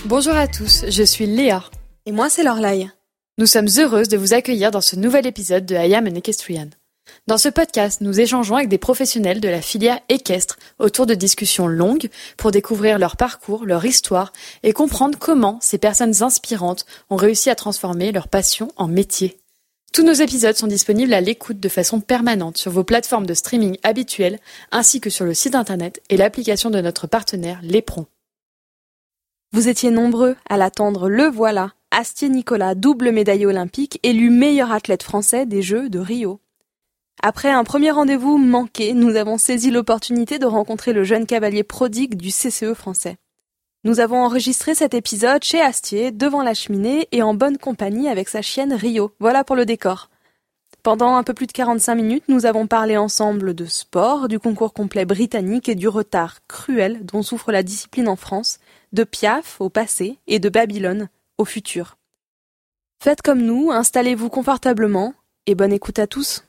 Bonjour à tous, je suis Léa. Et moi, c'est Lorlaï. Nous sommes heureuses de vous accueillir dans ce nouvel épisode de I Am an Equestrian. Dans ce podcast, nous échangeons avec des professionnels de la filière équestre autour de discussions longues pour découvrir leur parcours, leur histoire et comprendre comment ces personnes inspirantes ont réussi à transformer leur passion en métier. Tous nos épisodes sont disponibles à l'écoute de façon permanente sur vos plateformes de streaming habituelles ainsi que sur le site internet et l'application de notre partenaire Lépron. Vous étiez nombreux à l'attendre, le voilà. Astier Nicolas, double médaillé olympique, élu meilleur athlète français des Jeux de Rio. Après un premier rendez-vous manqué, nous avons saisi l'opportunité de rencontrer le jeune cavalier prodigue du CCE français. Nous avons enregistré cet épisode chez Astier, devant la cheminée et en bonne compagnie avec sa chienne Rio. Voilà pour le décor. Pendant un peu plus de 45 minutes, nous avons parlé ensemble de sport, du concours complet britannique et du retard cruel dont souffre la discipline en France, de Piaf au passé et de Babylone au futur. Faites comme nous, installez-vous confortablement et bonne écoute à tous.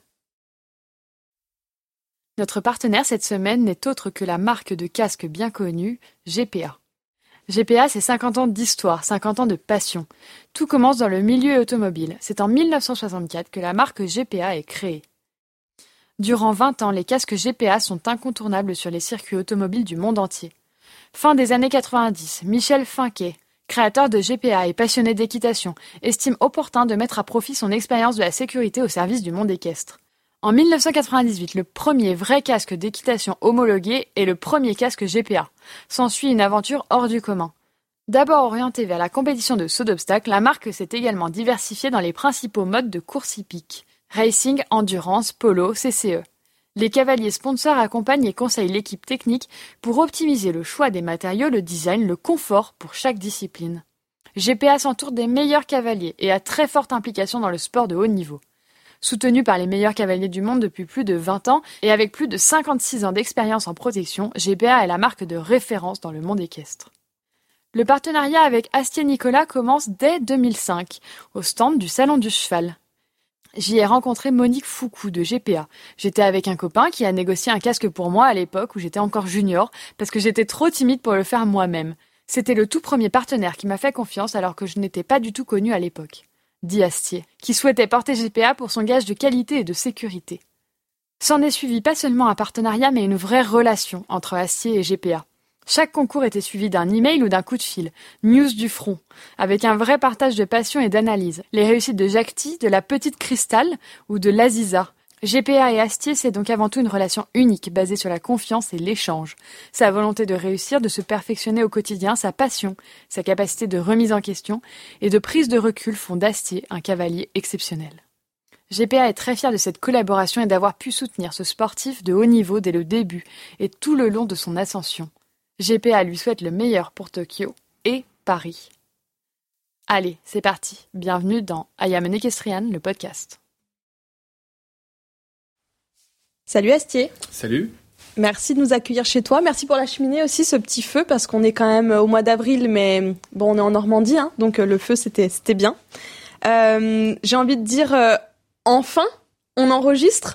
Notre partenaire cette semaine n'est autre que la marque de casque bien connue, GPA. GPA, c'est 50 ans d'histoire, 50 ans de passion. Tout commence dans le milieu automobile. C'est en 1964 que la marque GPA est créée. Durant 20 ans, les casques GPA sont incontournables sur les circuits automobiles du monde entier. Fin des années 90, Michel Finquet, créateur de GPA et passionné d'équitation, estime opportun de mettre à profit son expérience de la sécurité au service du monde équestre. En 1998, le premier vrai casque d'équitation homologué est le premier casque GPA. S'ensuit une aventure hors du commun. D'abord orientée vers la compétition de saut d'obstacles, la marque s'est également diversifiée dans les principaux modes de course hippique. Racing, endurance, polo, CCE. Les cavaliers sponsors accompagnent et conseillent l'équipe technique pour optimiser le choix des matériaux, le design, le confort pour chaque discipline. GPA s'entoure des meilleurs cavaliers et a très forte implication dans le sport de haut niveau. Soutenu par les meilleurs cavaliers du monde depuis plus de 20 ans et avec plus de 56 ans d'expérience en protection, GPA est la marque de référence dans le monde équestre. Le partenariat avec Astier Nicolas commence dès 2005, au stand du Salon du Cheval. J'y ai rencontré Monique Foucou de GPA. J'étais avec un copain qui a négocié un casque pour moi à l'époque où j'étais encore junior parce que j'étais trop timide pour le faire moi-même. C'était le tout premier partenaire qui m'a fait confiance alors que je n'étais pas du tout connue à l'époque, dit Astier, qui souhaitait porter GPA pour son gage de qualité et de sécurité. S'en est suivi pas seulement un partenariat mais une vraie relation entre Astier et GPA. Chaque concours était suivi d'un email ou d'un coup de fil, news du front, avec un vrai partage de passion et d'analyse. Les réussites de Jacty, de la petite Cristal ou de l'Aziza. GPA et Astier, c'est donc avant tout une relation unique, basée sur la confiance et l'échange. Sa volonté de réussir, de se perfectionner au quotidien, sa passion, sa capacité de remise en question et de prise de recul font d'Astier un cavalier exceptionnel. GPA est très fier de cette collaboration et d'avoir pu soutenir ce sportif de haut niveau dès le début et tout le long de son ascension. GPA lui souhaite le meilleur pour Tokyo et Paris. Allez, c'est parti. Bienvenue dans I Am an Equestrian, le podcast. Salut Astier. Salut. Merci de nous accueillir chez toi. Merci pour la cheminée aussi, ce petit feu, parce qu'on est quand même au mois d'avril, mais bon, on est en Normandie, hein, donc le feu, c'était bien. J'ai envie de dire, enfin, on enregistre.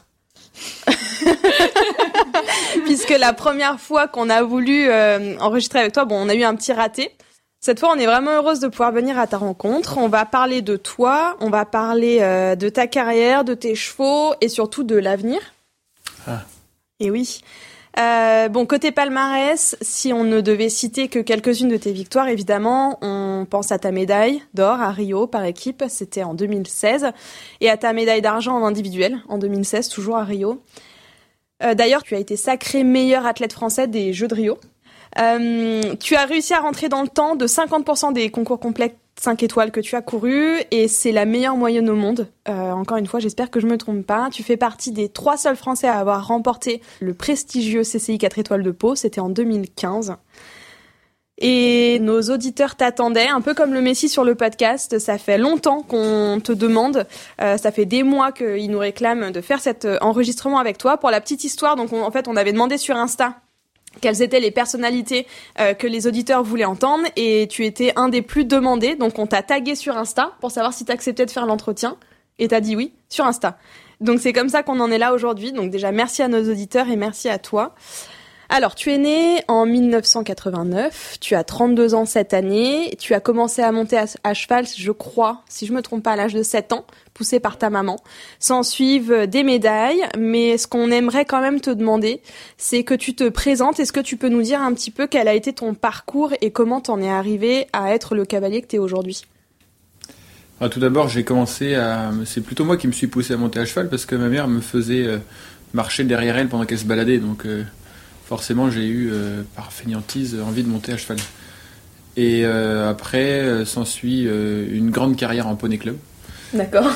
Puisque la première fois qu'on a voulu enregistrer avec toi, bon, on a eu un petit raté. Cette fois, on est vraiment heureuse de pouvoir venir à ta rencontre. On va parler de toi, on va parler de ta carrière, de tes chevaux et surtout de l'avenir. Ah. Et oui. Bon, côté palmarès, si on ne devait citer que quelques-unes de tes victoires, évidemment, on pense à ta médaille d'or à Rio par équipe, c'était en 2016, et à ta médaille d'argent en individuel, en 2016, toujours à Rio. D'ailleurs, tu as été sacré meilleur athlète français des Jeux de Rio. Tu as réussi à rentrer dans le temps de 50% des concours complets 5 étoiles que tu as couru et c'est la meilleure moyenne au monde. Encore une fois, j'espère que je me trompe pas. Tu fais partie des 3 seuls Français à avoir remporté le prestigieux CCI 4 étoiles de Pau. C'était en 2015. Et nos auditeurs t'attendaient, un peu comme le Messi sur le podcast. Ça fait longtemps qu'on te demande. Ça fait des mois qu'ils nous réclament de faire cet enregistrement avec toi. Pour la petite histoire, donc on avait demandé sur Insta quelles étaient les personnalités que les auditeurs voulaient entendre, et tu étais un des plus demandés, donc on t'a tagué sur Insta pour savoir si t'acceptais de faire l'entretien, et t'as dit oui, sur Insta. Donc c'est comme ça qu'on en est là aujourd'hui, donc déjà merci à nos auditeurs et merci à toi. Alors, tu es né en 1989, tu as 32 ans cette année, tu as commencé à monter à cheval, je crois, si je me trompe pas, à l'âge de 7 ans, poussé par ta maman. S'en suivent des médailles, mais ce qu'on aimerait quand même te demander, c'est que tu te présentes. Est-ce que tu peux nous dire un petit peu quel a été ton parcours et comment t'en es arrivé à être le cavalier que t'es aujourd'hui ? Alors, tout d'abord, c'est plutôt moi qui me suis poussé à monter à cheval parce que ma mère me faisait marcher derrière elle pendant qu'elle se baladait, donc... Forcément, j'ai eu, par fainéantise, envie de monter à cheval. Et après, s'ensuit une grande carrière en poney club. D'accord.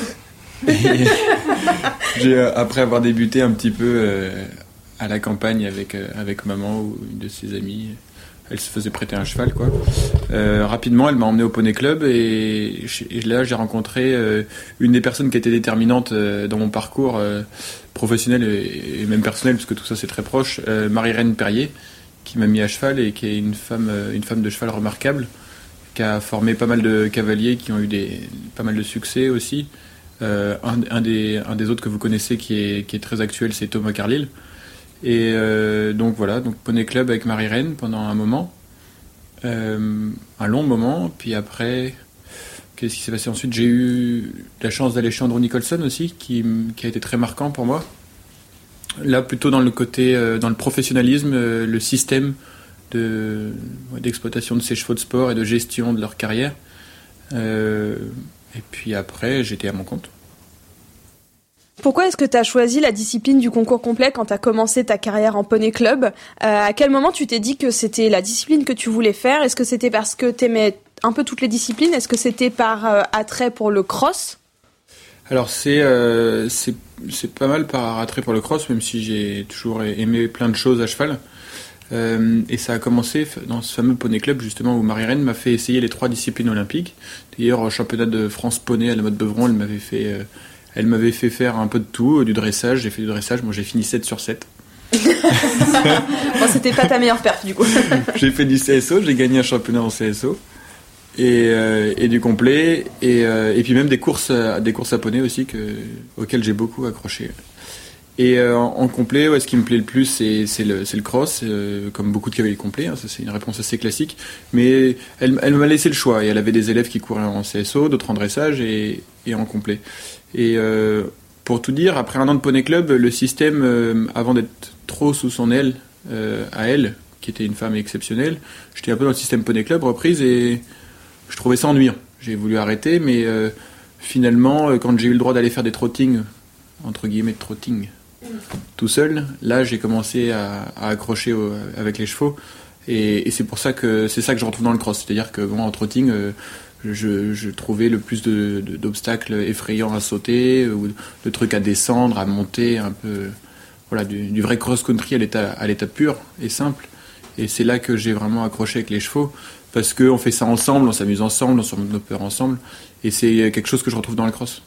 Après avoir débuté un petit peu à la campagne avec maman ou une de ses amies, elle se faisait prêter un cheval, quoi. Rapidement, elle m'a emmené au poney club et là, j'ai rencontré une des personnes qui était déterminante dans mon parcours professionnel et même personnel, parce que tout ça c'est très proche, Marie-Reine Perrier, qui m'a mis à cheval et qui est une femme de cheval remarquable, qui a formé pas mal de cavaliers qui ont eu pas mal de succès aussi. Un des autres que vous connaissez qui est très actuel, c'est Thomas Carlyle. Et donc poney club avec Marie-Reine pendant un moment, un long moment. Puis après, qu'est-ce qui s'est passé ensuite ? J'ai eu la chance d'aller chez Andrew Nicholson aussi, qui a été très marquant pour moi. Là, plutôt dans le côté, dans le professionnalisme, le système d'exploitation de ces chevaux de sport et de gestion de leur carrière. Et puis après, j'étais à mon compte. Pourquoi est-ce que tu as choisi la discipline du concours complet quand tu as commencé ta carrière en poney club ? À quel moment tu t'es dit que c'était la discipline que tu voulais faire ? Est-ce que c'était parce que tu aimais un peu toutes les disciplines ? Est-ce que c'était par attrait pour le cross ? Alors c'est pas mal par attrait pour le cross, même si j'ai toujours aimé plein de choses à cheval. Et ça a commencé dans ce fameux poney club justement où Marie-Reine m'a fait essayer les 3 disciplines olympiques. D'ailleurs, au championnat de France poney à la Motte Beuvron, elle m'avait fait faire un peu de tout, du dressage. J'ai fait du dressage, moi j'ai fini 7 sur 7. Bon, c'était pas ta meilleure perf du coup. J'ai fait du CSO, j'ai gagné un championnat en CSO. Et du complet, et puis même des courses à poney aussi auxquelles j'ai beaucoup accroché. Et en complet, ce qui me plaît le plus, c'est le cross, comme beaucoup de cavaliers complets, hein, ça c'est une réponse assez classique. Mais elle m'a laissé le choix, et elle avait des élèves qui couraient en CSO, d'autres en dressage et en complet. Et pour tout dire, après un an de poney club, le système, avant d'être trop sous son aile, à elle, qui était une femme exceptionnelle, j'étais un peu dans le système poney club reprise et je trouvais ça ennuyant. J'ai voulu arrêter, mais finalement, quand j'ai eu le droit d'aller faire des trottings, entre guillemets de trotting, tout seul, là j'ai commencé à accrocher avec les chevaux. Et c'est pour ça que c'est ça que je retrouve dans le cross. C'est-à-dire que en trotting, je trouvais le plus d'obstacles effrayants à sauter, ou de trucs à descendre, à monter, un peu, voilà, du vrai cross-country à l'état pur et simple. Et c'est là que j'ai vraiment accroché avec les chevaux. Parce qu'on fait ça ensemble, on s'amuse ensemble, on surmonte nos peurs ensemble. Et c'est quelque chose que je retrouve dans la cross.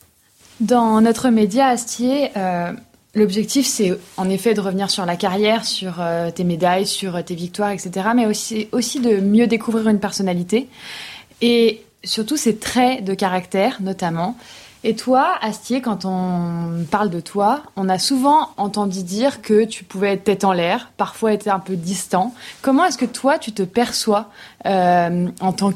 Dans notre média Astier, l'objectif c'est en effet de revenir sur la carrière, sur tes médailles, sur tes victoires, etc. Mais aussi de mieux découvrir une personnalité. Et surtout ses traits de caractère, notamment. Et toi, Astier, quand on parle de toi, on a souvent entendu dire que tu pouvais être tête en l'air, parfois être un peu distant. Comment est-ce que toi, tu te perçois en tant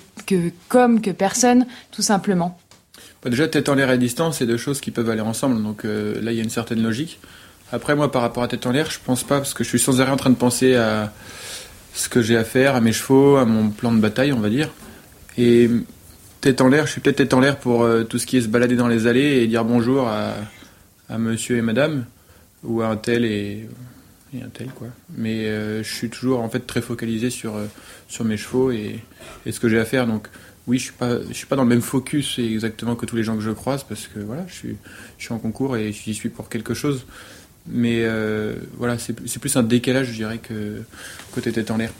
que personne, tout simplement ? Déjà, tête en l'air et distance, c'est 2 choses qui peuvent aller ensemble. Donc là, il y a une certaine logique. Après, moi, par rapport à tête en l'air, je pense pas, parce que je suis sans arrêt en train de penser à ce que j'ai à faire, à mes chevaux, à mon plan de bataille, on va dire. Et tête en l'air, je suis peut-être tête en l'air pour tout ce qui est se balader dans les allées et dire bonjour à monsieur et madame, ou à un tel et un tel, quoi. Mais je suis toujours en fait très focalisé sur mes chevaux et ce que j'ai à faire. Donc oui, je suis pas dans le même focus exactement que tous les gens que je croise, parce que voilà, je suis en concours et j'y suis pour quelque chose. Mais voilà, c'est plus un décalage, je dirais, que côté tête en l'air.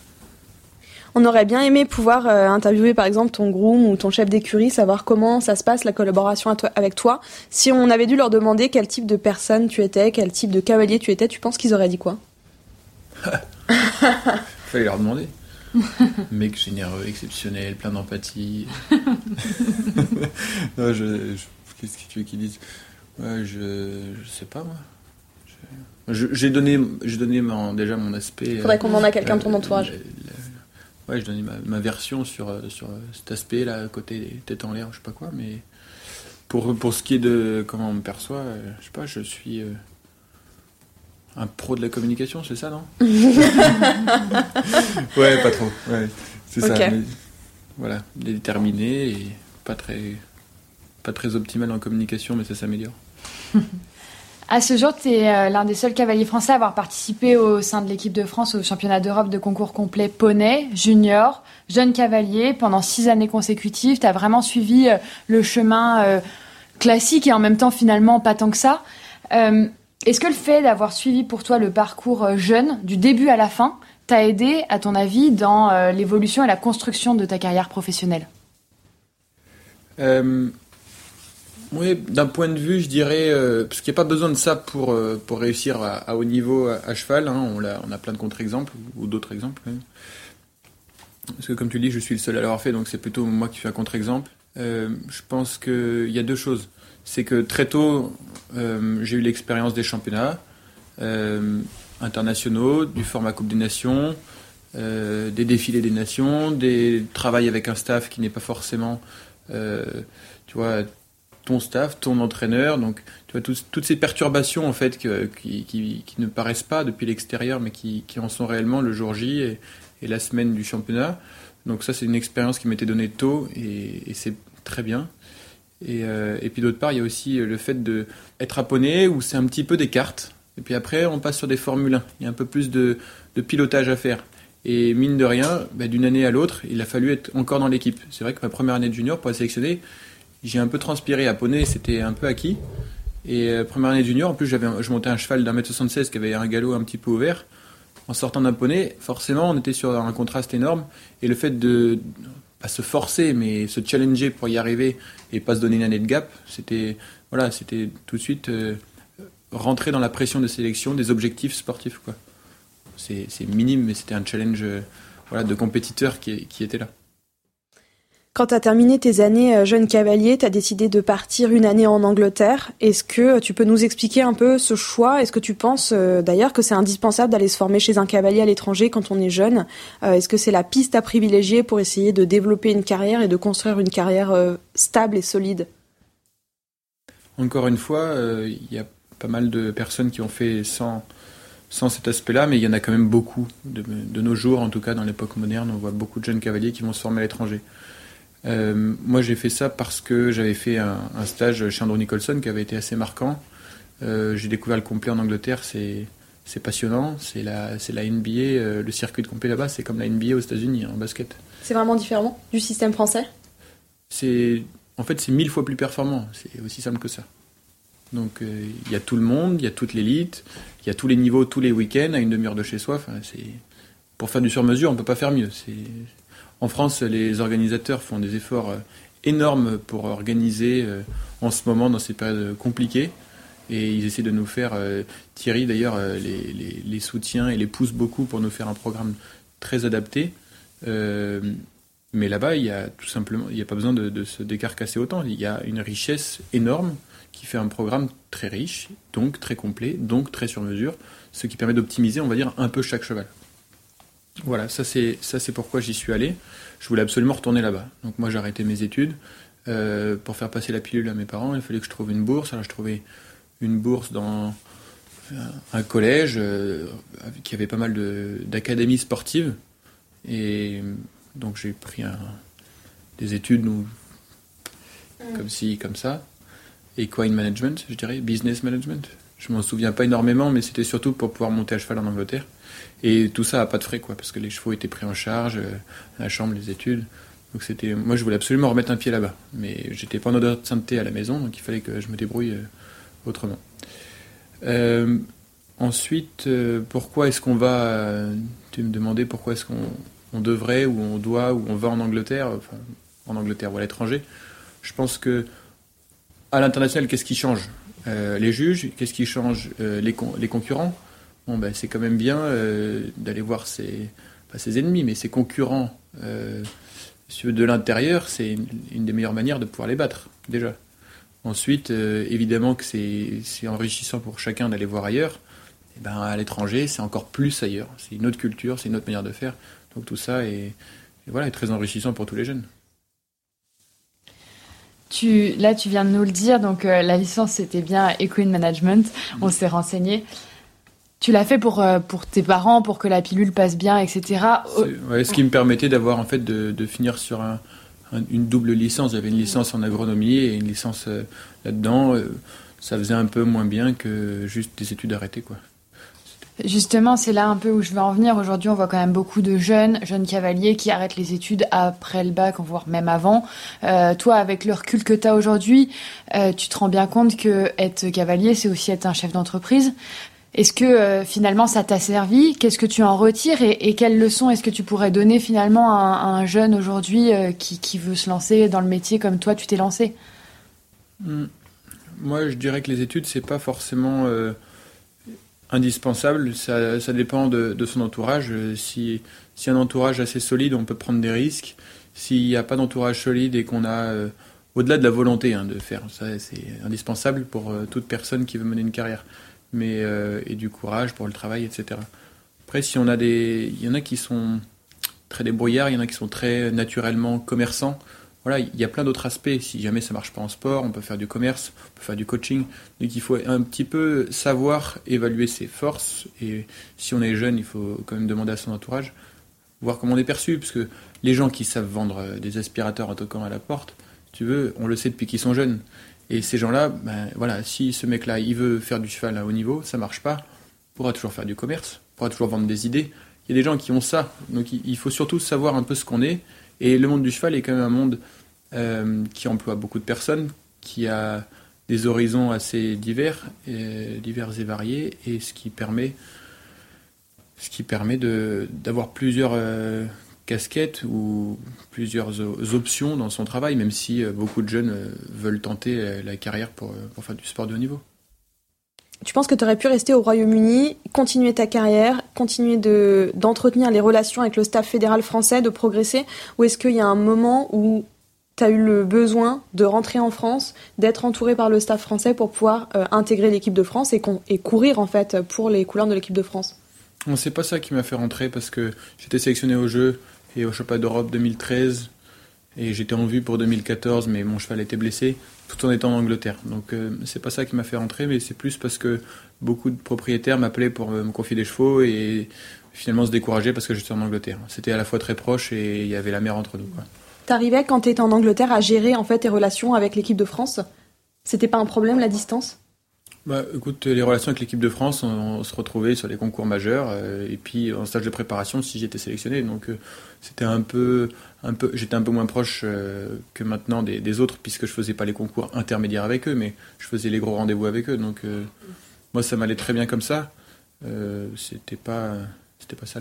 On aurait bien aimé pouvoir interviewer par exemple ton groom ou ton chef d'écurie, savoir comment ça se passe la collaboration avec toi. Si on avait dû leur demander quel type de personne tu étais, quel type de cavalier tu étais, tu penses qu'ils auraient dit quoi ? Fallait leur demander. Mec généreux, exceptionnel, plein d'empathie. Non, qu'est-ce que tu veux qu'ils disent ? Ouais, je sais pas moi. J'ai donné déjà mon aspect. Faudrait qu'on demande à quelqu'un de ton entourage. Ouais, je donnais ma version sur cet aspect-là, côté tête en l'air, je sais pas quoi, mais pour ce qui est de comment on me perçoit, je sais pas, je suis un pro de la communication, c'est ça, non? Ouais, pas trop, ouais, c'est ça. Mais, voilà, déterminé et pas très optimal en communication, mais ça s'améliore. À ce jour, tu es l'un des seuls cavaliers français à avoir participé au sein de l'équipe de France au championnat d'Europe de concours complet poney, junior, jeune cavalier. Pendant 6 années consécutives, tu as vraiment suivi le chemin classique et en même temps finalement pas tant que ça. Est-ce que le fait d'avoir suivi pour toi le parcours jeune, du début à la fin, t'a aidé, à ton avis, dans l'évolution et la construction de ta carrière professionnelle ? Oui, d'un point de vue, je dirais, parce qu'il n'y a pas besoin de ça pour réussir à haut niveau à cheval. Hein, on a plein de contre-exemples, ou d'autres exemples même. Parce que comme tu le dis, je suis le seul à l'avoir fait, donc c'est plutôt moi qui fais un contre-exemple. Je pense qu'il y a 2 choses. C'est que très tôt, j'ai eu l'expérience des championnats internationaux, du format Coupe des Nations, des défilés des nations, des travails avec un staff qui n'est pas forcément, tu vois, ton staff, ton entraîneur, donc tu vois toutes ces perturbations en fait qui ne paraissent pas depuis l'extérieur, mais qui en sont réellement le jour J et la semaine du championnat. Donc ça, c'est une expérience qui m'était donnée tôt et c'est très bien. Et puis d'autre part, il y a aussi le fait d'être à poney où c'est un petit peu des cartes. Et puis après, on passe sur des Formule 1. Il y a un peu plus de pilotage à faire. Et mine de rien, d'une année à l'autre, il a fallu être encore dans l'équipe. C'est vrai que ma première année de junior, pour être sélectionné, j'ai un peu transpiré à poney, c'était un peu acquis. Et première année de junior, en plus, je montais un cheval d'1m76 qui avait un galop un petit peu ouvert. En sortant d'un poney, forcément, on était sur un contraste énorme. Et le fait de pas se forcer, mais se challenger pour y arriver et pas se donner une année de gap, c'était tout de suite rentrer dans la pression de sélection des objectifs sportifs, quoi. C'est minime, mais c'était un challenge de compétiteur qui était là. Quand tu as terminé tes années jeune cavalier, tu as décidé de partir une année en Angleterre. Est-ce que tu peux nous expliquer un peu ce choix ? Est-ce que tu penses d'ailleurs que c'est indispensable d'aller se former chez un cavalier à l'étranger quand on est jeune ? Est-ce que c'est la piste à privilégier pour essayer de développer une carrière et de construire une carrière stable et solide ? Encore une fois, il y a pas mal de personnes qui ont fait sans cet aspect-là, mais il y en a quand même beaucoup. De nos jours, en tout cas dans l'époque moderne, on voit beaucoup de jeunes cavaliers qui vont se former à l'étranger. Moi j'ai fait ça parce que j'avais fait un stage chez Andrew Nicholson qui avait été assez marquant. J'ai découvert le complet en Angleterre, c'est passionnant, c'est la NBA, le circuit de complet là-bas, c'est comme la NBA aux États-Unis en basket. C'est vraiment différent du système français ? En fait, c'est 1000 fois plus performant, c'est aussi simple que ça. Donc il y a tout le monde, il y a toute l'élite, il y a tous les niveaux, tous les week-ends, à une demi-heure de chez soi. Pour faire du sur-mesure, on ne peut pas faire mieux. En France, les organisateurs font des efforts énormes pour organiser en ce moment dans ces périodes compliquées. Et ils essaient de nous faire, Thierry d'ailleurs, les soutiens et les pousse beaucoup pour nous faire un programme très adapté. Mais là-bas, il y a tout simplement, il n'y a pas besoin de se décarcasser autant. Il y a une richesse énorme qui fait un programme très riche, donc très complet, donc très sur mesure, ce qui permet d'optimiser, on va dire, un peu chaque cheval. Voilà, ça c'est pourquoi j'y suis allé. Je voulais absolument retourner là-bas. Donc moi j'ai arrêté mes études. Pour faire passer la pilule à mes parents, il fallait que je trouve une bourse. Alors je trouvais une bourse dans un collège qui avait pas mal d'académies sportives. Et donc j'ai pris des études comme ci, comme ça. Equine management, je dirais, business management. Je m'en souviens pas énormément, mais c'était surtout pour pouvoir monter à cheval en Angleterre. Et tout ça à pas de frais, quoi, parce que les chevaux étaient pris en charge, la chambre, les études. Donc moi, je voulais absolument remettre un pied là-bas, mais j'étais pas en odeur de sainteté à la maison, donc il fallait que je me débrouille autrement. Ensuite, pourquoi est-ce qu'on va tu me demandais pourquoi est-ce qu'on devrait ou on doit ou on va en Angleterre, enfin en Angleterre ou à l'étranger. Je pense que à l'international, qu'est-ce qui change ? Les juges, qu'est-ce qui change ? Les concurrents. Bon, c'est quand même bien d'aller voir pas ses ennemis, mais ses concurrents de l'intérieur, c'est une des meilleures manières de pouvoir les battre, déjà. Ensuite, évidemment que c'est enrichissant pour chacun d'aller voir ailleurs. Et ben, à l'étranger, c'est encore plus ailleurs. C'est une autre culture, c'est une autre manière de faire. Donc tout ça est très enrichissant pour tous les jeunes. Tu viens de nous le dire, donc la licence c'était bien Equine Management, on s'est renseigné. Tu l'as fait pour tes parents, pour que la pilule passe bien, etc. Ce qui me permettait d'avoir en fait de finir sur une double licence. J'avais une licence en agronomie et une licence là-dedans. Ça faisait un peu moins bien que juste des études arrêtées, quoi. Justement, c'est là un peu où je veux en venir. Aujourd'hui, on voit quand même beaucoup de jeunes cavaliers qui arrêtent les études après le bac, voire même avant. Toi, avec le recul que tu as aujourd'hui, tu te rends bien compte que être cavalier, c'est aussi être un chef d'entreprise. Est-ce que finalement ça t'a servi ? Qu'est-ce que tu en retires et quelles leçons est-ce que tu pourrais donner finalement à un jeune aujourd'hui qui veut se lancer dans le métier comme toi, tu t'es lancé ? Moi, je dirais que les études, c'est pas forcément indispensable. Ça dépend de son entourage. Si un entourage assez solide, on peut prendre des risques. S'il n'y a pas d'entourage solide et qu'on a, au-delà de la volonté de faire, ça c'est indispensable pour toute personne qui veut mener une carrière. Et du courage pour le travail, etc. Après, il y en a qui sont très débrouillards, il y en a qui sont très naturellement commerçants. Voilà, il y a plein d'autres aspects. Si jamais ça marche pas en sport, on peut faire du commerce, on peut faire du coaching. Donc il faut un petit peu savoir évaluer ses forces. Et si on est jeune, il faut quand même demander à son entourage, voir comment on est perçu. Parce que les gens qui savent vendre des aspirateurs en toquant à la porte, si tu veux, on le sait depuis qu'ils sont jeunes. Et ces gens-là, si ce mec-là, il veut faire du cheval à haut niveau, ça marche pas, il pourra toujours faire du commerce, il pourra toujours vendre des idées. Il y a des gens qui ont ça, donc il faut surtout savoir un peu ce qu'on est. Et le monde du cheval est quand même un monde qui emploie beaucoup de personnes, qui a des horizons assez divers et variés, et ce qui permet d'avoir plusieurs casquettes ou plusieurs options dans son travail, même si beaucoup de jeunes veulent tenter la carrière pour faire du sport de haut niveau. Tu penses que tu aurais pu rester au Royaume-Uni, continuer ta carrière, continuer d'entretenir les relations avec le staff fédéral français, de progresser, ou est-ce qu'il y a un moment où tu as eu le besoin de rentrer en France, d'être entouré par le staff français pour pouvoir intégrer l'équipe de France et courir en fait pour les couleurs de l'équipe de France ? Non, c'est pas ça qui m'a fait rentrer, parce que j'étais sélectionné aux Jeux et au Championnat d'Europe 2013 et j'étais en vue pour 2014, mais mon cheval était blessé tout en étant en Angleterre. Donc c'est pas ça qui m'a fait rentrer, mais c'est plus parce que beaucoup de propriétaires m'appelaient pour me confier des chevaux et finalement se décourageaient parce que j'étais en Angleterre. C'était à la fois très proche et il y avait la mer entre nous, quoi. T'arrivais quand t'étais en Angleterre à gérer en fait tes relations avec l'équipe de France ? C'était pas un problème la distance ? Écoute, les relations avec l'équipe de France, on se retrouvait sur les concours majeurs et puis en stage de préparation si j'étais sélectionné. Donc c'était j'étais un peu moins proche que maintenant des autres, puisque je faisais pas les concours intermédiaires avec eux, mais je faisais les gros rendez-vous avec eux. Donc moi ça m'allait très bien comme ça. C'était pas ça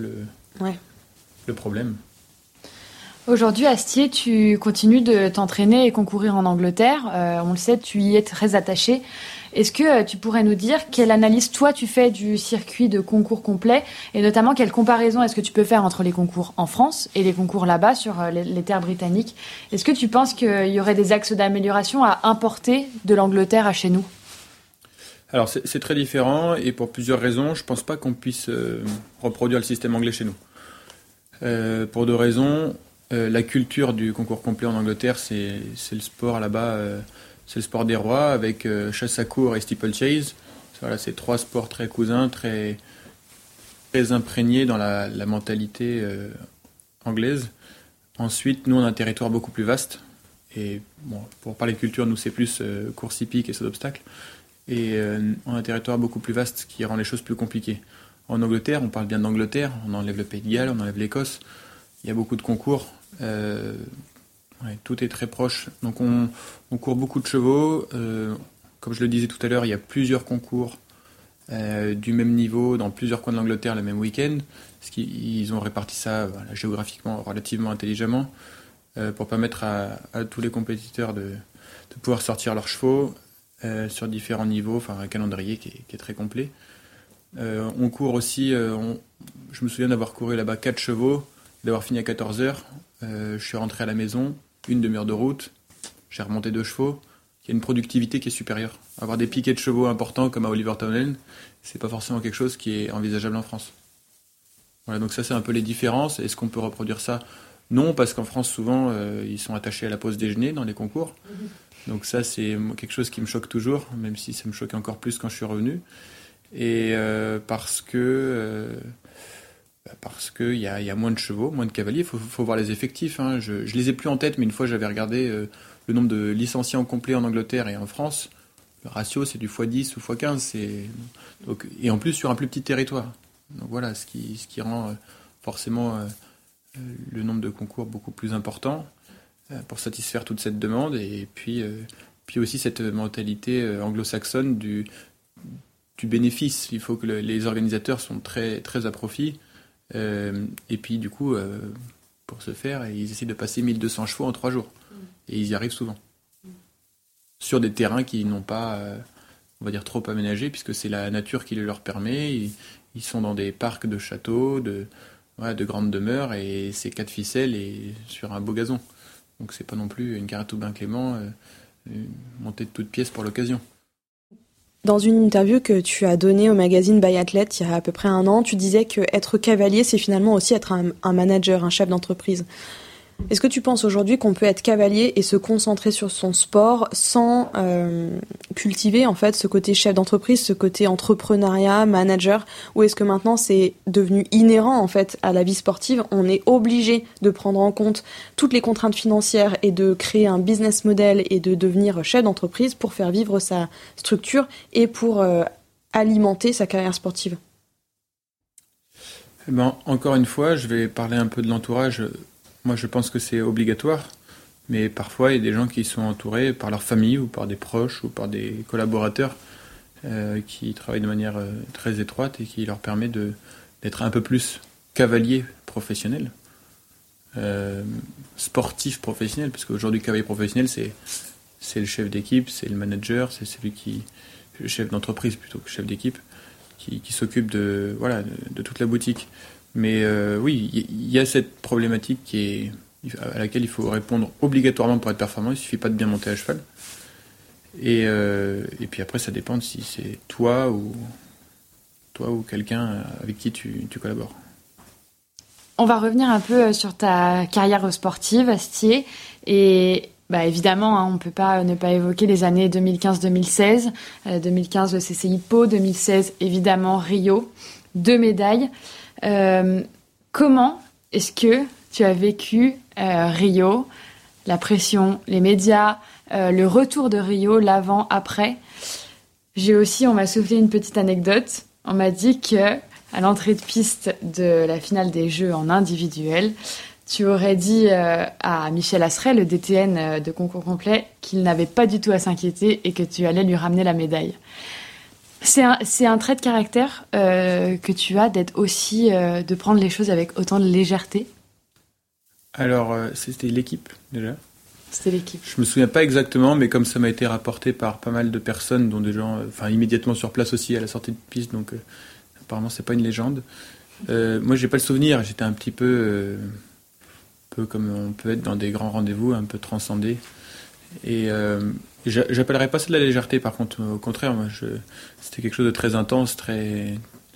le problème. Aujourd'hui, Astier, tu continues de t'entraîner et concourir en Angleterre. On le sait, tu y es très attaché. Est-ce que tu pourrais nous dire quelle analyse, toi, tu fais du circuit de concours complet et notamment quelle comparaison est-ce que tu peux faire entre les concours en France et les concours là-bas sur les terres britanniques ? Est-ce que tu penses qu'il y aurait des axes d'amélioration à importer de l'Angleterre à chez nous ? Alors c'est très différent et pour plusieurs raisons. Je pense pas qu'on puisse reproduire le système anglais chez nous. Pour deux raisons. La culture du concours complet en Angleterre, c'est le sport là-bas, c'est le sport des rois avec chasse à courre et steeplechase. Voilà, c'est trois sports très cousins, très, très imprégnés dans la mentalité anglaise. Ensuite, nous, on a un territoire beaucoup plus vaste. Et bon, pour parler de culture, nous, c'est plus course hippique et saut d'obstacles. Et on a un territoire beaucoup plus vaste, ce qui rend les choses plus compliquées. En Angleterre, on parle bien d'Angleterre, on enlève le Pays de Galles, on enlève l'Écosse. Il y a beaucoup de concours. Tout est très proche. Donc on court beaucoup de chevaux. Comme je le disais tout à l'heure, il y a plusieurs concours du même niveau dans plusieurs coins de l'Angleterre le même week-end. Ils ont réparti ça géographiquement relativement intelligemment pour permettre à tous les compétiteurs de pouvoir sortir leurs chevaux sur différents niveaux, enfin un calendrier qui est très complet. On court aussi, je me souviens d'avoir couru là-bas 4 chevaux, d'avoir fini à 14h. Je suis rentré à la maison, 1 demi-heure de route, j'ai remonté 2 chevaux, y a une productivité qui est supérieure. Avoir des piquets de chevaux importants comme à Oliver Townend, c'est pas forcément quelque chose qui est envisageable en France. Voilà, donc ça c'est un peu les différences. Est-ce qu'on peut reproduire ça ? Non, parce qu'en France souvent ils sont attachés à la pause déjeuner dans les concours. Donc ça c'est quelque chose qui me choque toujours, même si ça me choquait encore plus quand je suis revenu. Et parce que il y a moins de chevaux, moins de cavaliers. Faut voir les effectifs. Hein. Je les ai plus en tête, mais une fois j'avais regardé le nombre de licenciés en complet en Angleterre et en France. Le ratio c'est du x10 ou x15. Donc, et en plus sur un plus petit territoire. Donc voilà, ce qui rend forcément le nombre de concours beaucoup plus important pour satisfaire toute cette demande. Et puis aussi cette mentalité anglo-saxonne du bénéfice. Il faut que les organisateurs sont très, très à profit. Et puis du coup, pour ce faire, ils essaient de passer 1200 chevaux en 3 jours. Et ils y arrivent souvent. Sur des terrains qui n'ont pas, on va dire, trop aménagés, puisque c'est la nature qui le leur permet. Ils sont dans des parcs de châteaux, de grandes demeures, et c'est 4 ficelles et sur un beau gazon. Donc c'est pas non plus une carrette ou bain Clément montée de toutes pièces pour l'occasion. Dans une interview que tu as donnée au magazine Biathlète il y a à peu près 1 an, tu disais que être cavalier, c'est finalement aussi être un manager, un chef d'entreprise. Est-ce que tu penses aujourd'hui qu'on peut être cavalier et se concentrer sur son sport sans cultiver en fait ce côté chef d'entreprise, ce côté entrepreneuriat, manager, ou est-ce que maintenant c'est devenu inhérent en fait à la vie sportive ? On est obligé de prendre en compte toutes les contraintes financières et de créer un business model et de devenir chef d'entreprise pour faire vivre sa structure et pour alimenter sa carrière sportive. Eh ben, encore une fois, je vais parler un peu de l'entourage. Moi, je pense que c'est obligatoire, mais parfois, il y a des gens qui sont entourés par leur famille ou par des proches ou par des collaborateurs qui travaillent de manière très étroite et qui leur permet d'être un peu plus cavalier professionnel, sportif professionnel, parce qu'aujourd'hui, cavalier professionnel, c'est le chef d'équipe, c'est le manager, c'est le chef d'entreprise plutôt que chef d'équipe, qui s'occupe de toute la boutique. Mais oui, il y a cette problématique à laquelle il faut répondre obligatoirement pour être performant. Il ne suffit pas de bien monter à cheval. Et puis après, ça dépend si c'est toi ou quelqu'un avec qui tu collabores. On va revenir un peu sur ta carrière sportive, Astier. Et évidemment, on ne peut pas ne pas évoquer les années 2015-2016. 2015, le CCI Pau. 2016, évidemment, Rio. 2 médailles. Comment est-ce que tu as vécu Rio, la pression, les médias, le retour de Rio, l'avant, après ? On m'a soufflé une petite anecdote. On m'a dit que à l'entrée de piste de la finale des Jeux en individuel, tu aurais dit à Michel Asseret, le DTN de concours complet, qu'il n'avait pas du tout à s'inquiéter et que tu allais lui ramener la médaille. C'est un trait de caractère que tu as d'être aussi, de prendre les choses avec autant de légèreté ? Alors, c'était l'équipe, déjà. C'était l'équipe. Je me souviens pas exactement, mais comme ça m'a été rapporté par pas mal de personnes, dont des gens, immédiatement sur place aussi, à la sortie de piste, donc apparemment c'est pas une légende. Moi, j'ai pas le souvenir, j'étais un petit peu comme on peut être dans des grands rendez-vous, un peu transcendé. Et j'appellerais pas ça de la légèreté, par contre, au contraire, moi, c'était quelque chose de très intense, très.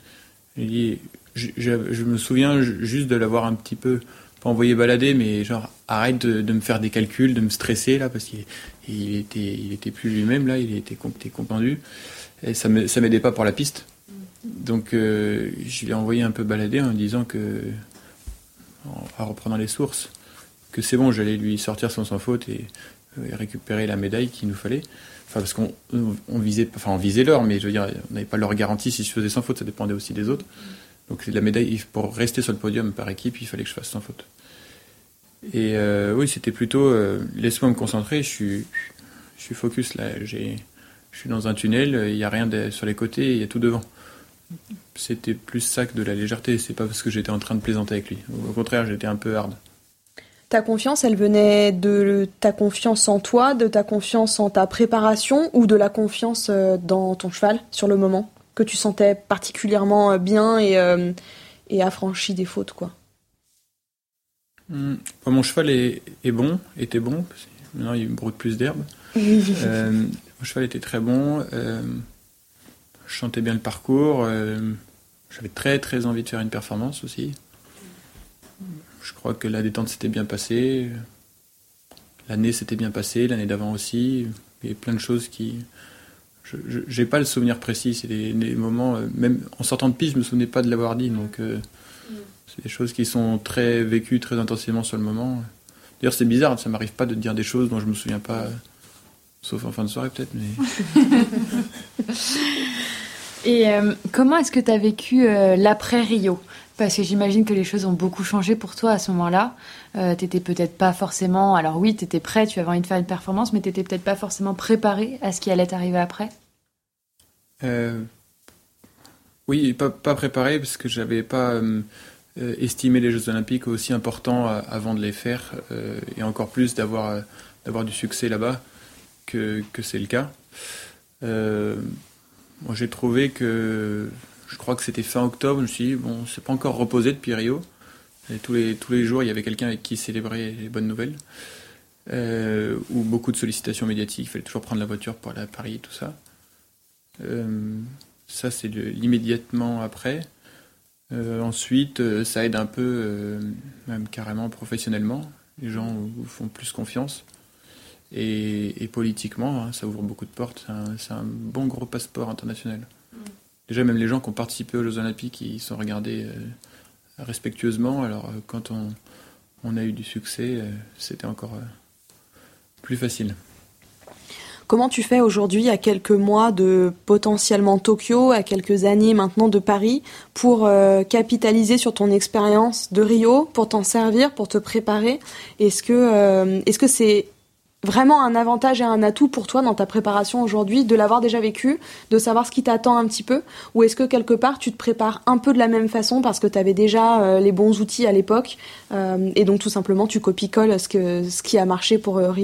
Je me souviens juste de l'avoir un petit peu, pas envoyé balader, mais genre arrête de me faire des calculs, de me stresser là, parce qu'il était plus lui-même là, il était contendu, et ça m'aidait pas pour la piste. Donc je l'ai envoyé un peu balader en lui disant en reprenant les sources, que c'est bon, j'allais lui sortir sans faute et récupérer la médaille qu'il nous fallait. Enfin, parce qu'on visait l'or, mais je veux dire, on n'avait pas leur garantie si je faisais sans faute, ça dépendait aussi des autres. Donc la médaille, pour rester sur le podium par équipe, il fallait que je fasse sans faute. Et oui, c'était plutôt, laisse-moi me concentrer, je suis focus là, je suis dans un tunnel, il n'y a rien sur les côtés, il y a tout devant. C'était plus ça que de la légèreté, c'est pas parce que j'étais en train de plaisanter avec lui. Au contraire, j'étais un peu hard. Ta confiance, elle venait de ta confiance en toi, de ta confiance en ta préparation ou de la confiance dans ton cheval sur le moment, que tu sentais particulièrement bien et affranchi des fautes, quoi. Mon cheval était bon, parce que maintenant il broude plus d'herbe. Mon cheval était très bon. Je sentais bien le parcours. J'avais très très envie de faire une performance aussi. Je crois que la détente s'était bien passée. L'année s'était bien passée, l'année d'avant aussi. Il y a plein de choses qui... Je n'ai pas le souvenir précis. C'est des moments... même en sortant de piste, je ne me souvenais pas de l'avoir dit. Donc c'est des choses qui sont très vécues très intensément sur le moment. D'ailleurs, c'est bizarre. Ça ne m'arrive pas de dire des choses dont je ne me souviens pas. Sauf en fin de soirée peut-être. Mais... Et comment est-ce que tu as vécu l'après-Rio ? Parce que j'imagine que les choses ont beaucoup changé pour toi à ce moment-là. T'étais peut-être pas forcément... Alors oui, t'étais prêt, tu avais envie de faire une performance, mais t'étais peut-être pas forcément préparé à ce qui allait t'arriver après. Oui, pas préparé, parce que j'avais pas estimé les Jeux Olympiques aussi importants avant de les faire, et encore plus d'avoir du succès là-bas que c'est le cas. Moi, j'ai trouvé que... Je crois que c'était fin octobre, je me suis dit, bon, c'est pas encore reposé depuis Rio. Et tous les jours, il y avait quelqu'un avec qui célébrer les bonnes nouvelles. Ou beaucoup de sollicitations médiatiques, il fallait toujours prendre la voiture pour aller à Paris et tout ça. Ça, c'est l'immédiatement après. Ensuite, ça aide un peu, même carrément professionnellement. Les gens vous font plus confiance. Et politiquement, hein, ça ouvre beaucoup de portes. C'est un bon gros passeport international. Déjà, même les gens qui ont participé aux Jeux Olympiques, ils sont regardés respectueusement. Alors, quand on a eu du succès, c'était encore plus facile. Comment tu fais aujourd'hui, à quelques mois de potentiellement Tokyo, à quelques années maintenant de Paris, pour capitaliser sur ton expérience de Rio, pour t'en servir, pour te préparer ? Est-ce que c'est vraiment un avantage et un atout pour toi dans ta préparation aujourd'hui, de l'avoir déjà vécu, de savoir ce qui t'attend un petit peu, ou est-ce que quelque part tu te prépares un peu de la même façon parce que tu avais déjà les bons outils à l'époque et donc tout simplement tu copies-colles ce qui a marché pour Rio ?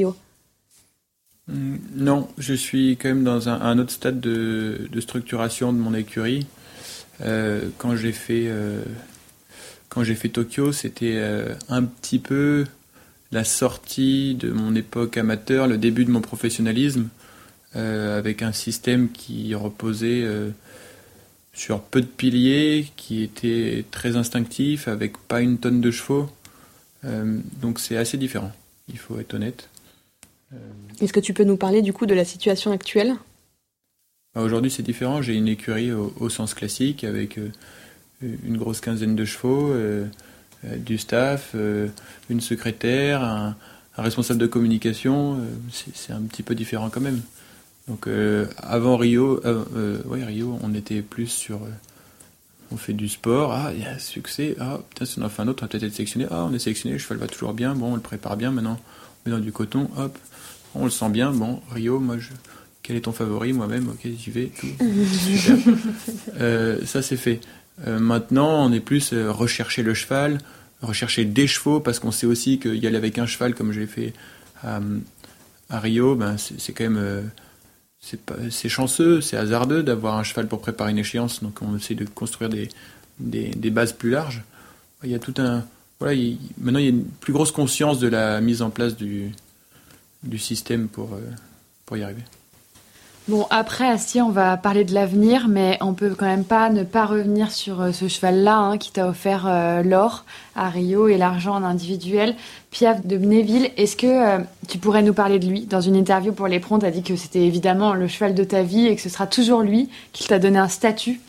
Non, je suis quand même dans un autre stade de structuration de mon écurie. Quand j'ai fait Tokyo, c'était un petit peu la sortie de mon époque amateur, le début de mon professionnalisme, avec un système qui reposait sur peu de piliers, qui était très instinctif, avec pas une tonne de chevaux. Donc c'est assez différent, il faut être honnête. Est-ce que tu peux nous parler du coup de la situation actuelle ? Aujourd'hui c'est différent, j'ai une écurie au sens classique, avec une grosse quinzaine de chevaux, du staff, une secrétaire, un responsable de communication, c'est un petit peu différent quand même. Donc avant Rio, Rio, on était plus sur... on fait du sport, il y a succès, putain, si on en fait un autre, on va peut-être être sélectionné, on est sélectionné, le cheval va toujours bien, bon, on le prépare bien, maintenant on met dans du coton, hop, on le sent bien, bon, Rio, quel est ton favori, moi-même, ok, j'y vais, tout, super. Ça c'est fait. Maintenant, on est plus rechercher le cheval, rechercher des chevaux, parce qu'on sait aussi qu'y aller avec un cheval, comme j'ai fait à Rio, c'est quand même... c'est chanceux, c'est hasardeux d'avoir un cheval pour préparer une échéance, donc on essaie de construire des bases plus larges. Il y a tout un... Voilà, maintenant, il y a une plus grosse conscience de la mise en place du système pour y arriver. Bon, après, Astier, on va parler de l'avenir, mais on peut quand même pas ne pas revenir sur ce cheval-là qui t'a offert l'or à Rio et l'argent en individuel. Piaf de Bnéville, est-ce que tu pourrais nous parler de lui ? Dans une interview pour l'Éperon, tu as dit que c'était évidemment le cheval de ta vie et que ce sera toujours lui, qu'il t'a donné un statut.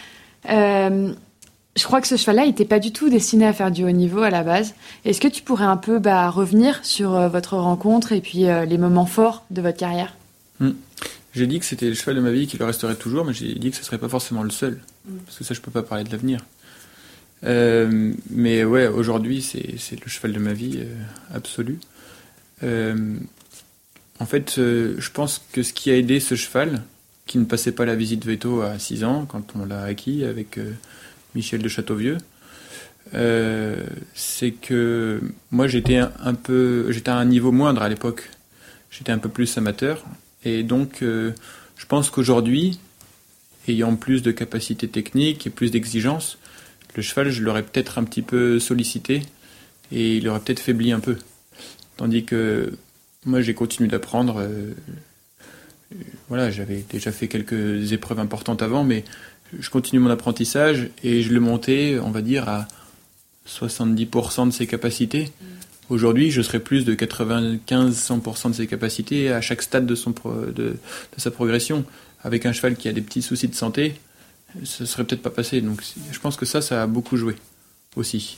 Je crois que ce cheval-là, il n'était pas du tout destiné à faire du haut niveau à la base. Est-ce que tu pourrais un peu revenir sur votre rencontre et puis les moments forts de votre carrière ? J'ai dit que c'était le cheval de ma vie qui le resterait toujours, mais j'ai dit que ce ne serait pas forcément le seul. Parce que ça, je ne peux pas parler de l'avenir. Mais ouais, aujourd'hui, c'est le cheval de ma vie absolu. En fait, je pense que ce qui a aidé ce cheval, qui ne passait pas la visite veto à 6 ans, quand on l'a acquis avec Michel de Châteauvieux, c'est que moi, j'étais à un niveau moindre à l'époque. J'étais un peu plus amateur. Et donc, je pense qu'aujourd'hui, ayant plus de capacités techniques et plus d'exigences, le cheval, je l'aurais peut-être un petit peu sollicité et il aurait peut-être faibli un peu. Tandis que Moi, j'ai continué d'apprendre. Voilà, j'avais déjà fait quelques épreuves importantes avant, mais je continue mon apprentissage et je le montais, on va dire, à 70% de ses capacités. Aujourd'hui, je serai plus de 95-100% de ses capacités à chaque stade de sa progression. Avec un cheval qui a des petits soucis de santé, ça serait peut-être pas passé. Donc, je pense que ça a beaucoup joué aussi.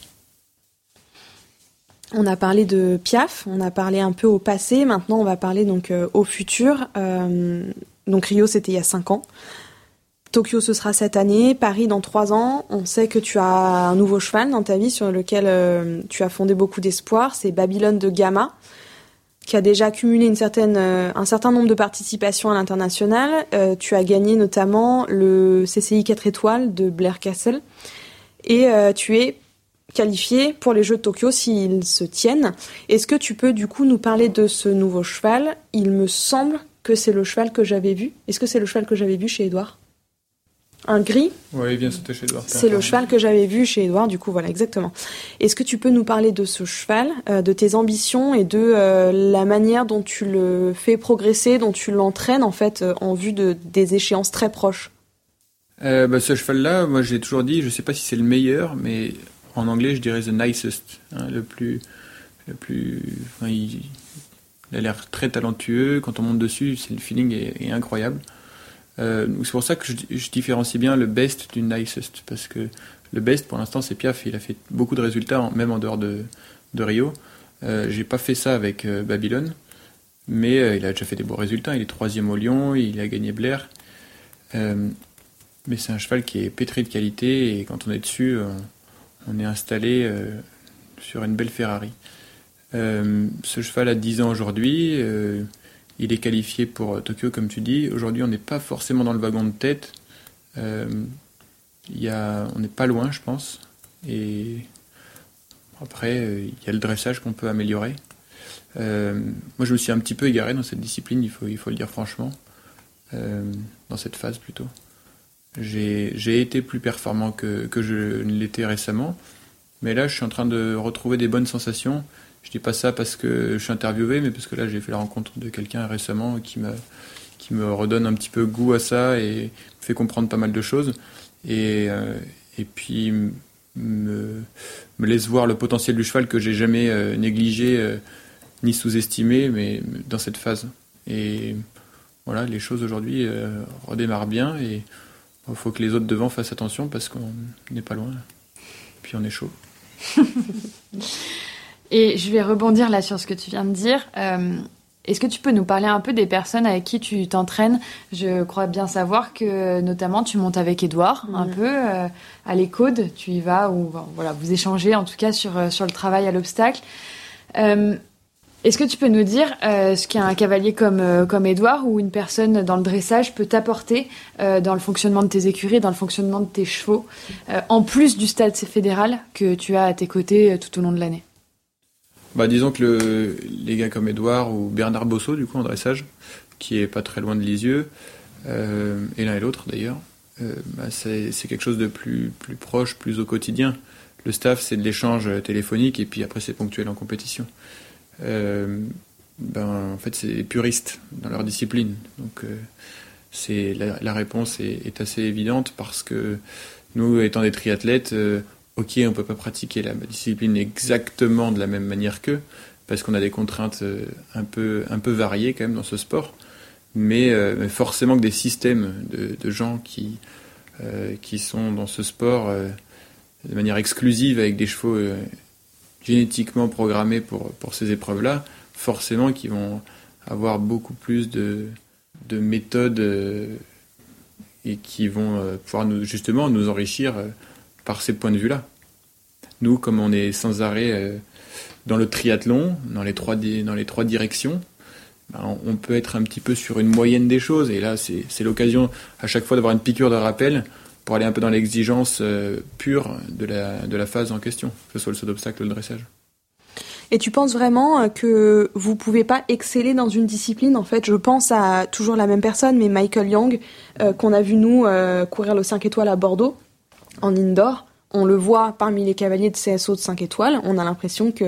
On a parlé de Piaf, on a parlé un peu au passé, maintenant on va parler donc au futur. Donc Rio, c'était il y a 5 ans. Tokyo, ce sera cette année. Paris, dans 3 ans. On sait que tu as un nouveau cheval dans ta vie sur lequel tu as fondé beaucoup d'espoir. C'est Babylone de Gamma, qui a déjà accumulé un certain nombre de participations à l'international. Tu as gagné notamment le CCI 4 étoiles de Blair Castle. Et tu es qualifié pour les Jeux de Tokyo s'ils se tiennent. Est-ce que tu peux du coup nous parler de ce nouveau cheval ? Il me semble que c'est le cheval que j'avais vu. Est-ce que c'est le cheval que j'avais vu chez Édouard ? Un gris ? Oui, bien sauté chez Édouard. C'est le cheval que j'avais vu chez Édouard, du coup, voilà, exactement. Est-ce que tu peux nous parler de ce cheval, de tes ambitions et de la manière dont tu le fais progresser, dont tu l'entraînes, en fait, en vue des échéances très proches ? Ce cheval-là, moi j'ai toujours dit, je sais pas si c'est le meilleur, mais en anglais je dirais the nicest, hein, le plus, enfin, il a l'air très talentueux. Quand on monte dessus, le feeling est incroyable. C'est pour ça que je différencie bien le best du nicest, parce que le best pour l'instant c'est Piaf. Il a fait beaucoup de résultats, même en dehors de Rio. J'ai pas fait ça avec Babylone, mais il a déjà fait des beaux résultats. Il est 3e au Lyon, il a gagné Blair. Mais c'est un cheval qui est pétri de qualité, et quand on est dessus, on est installé sur une belle Ferrari. Ce cheval a 10 ans aujourd'hui, il est qualifié pour Tokyo comme tu dis. Aujourd'hui on n'est pas forcément dans le wagon de tête, on n'est pas loin je pense, et après il y a le dressage qu'on peut améliorer. Moi je me suis un petit peu égaré dans cette discipline, il faut le dire franchement, dans cette phase plutôt. J'ai été plus performant que je ne l'étais récemment, mais là je suis en train de retrouver des bonnes sensations. Je dis pas ça parce que je suis interviewé, mais parce que là j'ai fait la rencontre de quelqu'un récemment qui me redonne un petit peu goût à ça et me fait comprendre pas mal de choses, et puis me laisse voir le potentiel du cheval que j'ai jamais négligé ni sous-estimé, mais dans cette phase. Et voilà, les choses aujourd'hui redémarrent bien, et il faut que les autres devant fassent attention parce qu'on n'est pas loin. Puis on est chaud. Et je vais rebondir là sur ce que tu viens de dire. Est-ce que tu peux nous parler un peu des personnes avec qui tu t'entraînes ? Je crois bien savoir que notamment tu montes avec Édouard un peu à l'Écode. Tu y vas, ou voilà, vous échangez en tout cas sur le travail à l'obstacle. Est-ce que tu peux nous dire ce qu'un cavalier comme Édouard ou une personne dans le dressage peut t'apporter dans le fonctionnement de tes écuries, dans le fonctionnement de tes chevaux, en plus du stade fédéral que tu as à tes côtés tout au long de l'année ? Disons que les gars comme Édouard ou Bernard Bosso, du coup, en dressage, qui est pas très loin de Lisieux, et l'un et l'autre d'ailleurs, c'est quelque chose de plus proche, plus au quotidien. Le staff, c'est de l'échange téléphonique, et puis après, c'est ponctuel en compétition. En fait, c'est des puristes dans leur discipline. Donc, la réponse est assez évidente, parce que nous, étant des triathlètes, ok, on peut pas pratiquer la discipline exactement de la même manière qu'eux, parce qu'on a des contraintes un peu variées quand même dans ce sport, mais forcément que des systèmes de gens qui sont dans ce sport de manière exclusive, avec des chevaux génétiquement programmés pour ces épreuves-là, forcément qu'ils vont avoir beaucoup plus de méthodes et qui vont pouvoir nous enrichir par ces points de vue-là. Nous, comme on est sans arrêt dans le triathlon, dans les trois directions, on peut être un petit peu sur une moyenne des choses, et là c'est l'occasion à chaque fois d'avoir une piqûre de rappel pour aller un peu dans l'exigence pure de la phase en question, que ce soit le saut d'obstacle ou le dressage. Et tu penses vraiment que vous pouvez pas exceller dans une discipline ? En fait, je pense à toujours la même personne, mais Michael Young, qu'on a vu nous courir le 5 étoiles à Bordeaux, en indoor. On le voit parmi les cavaliers de CSO de 5 étoiles. On a l'impression que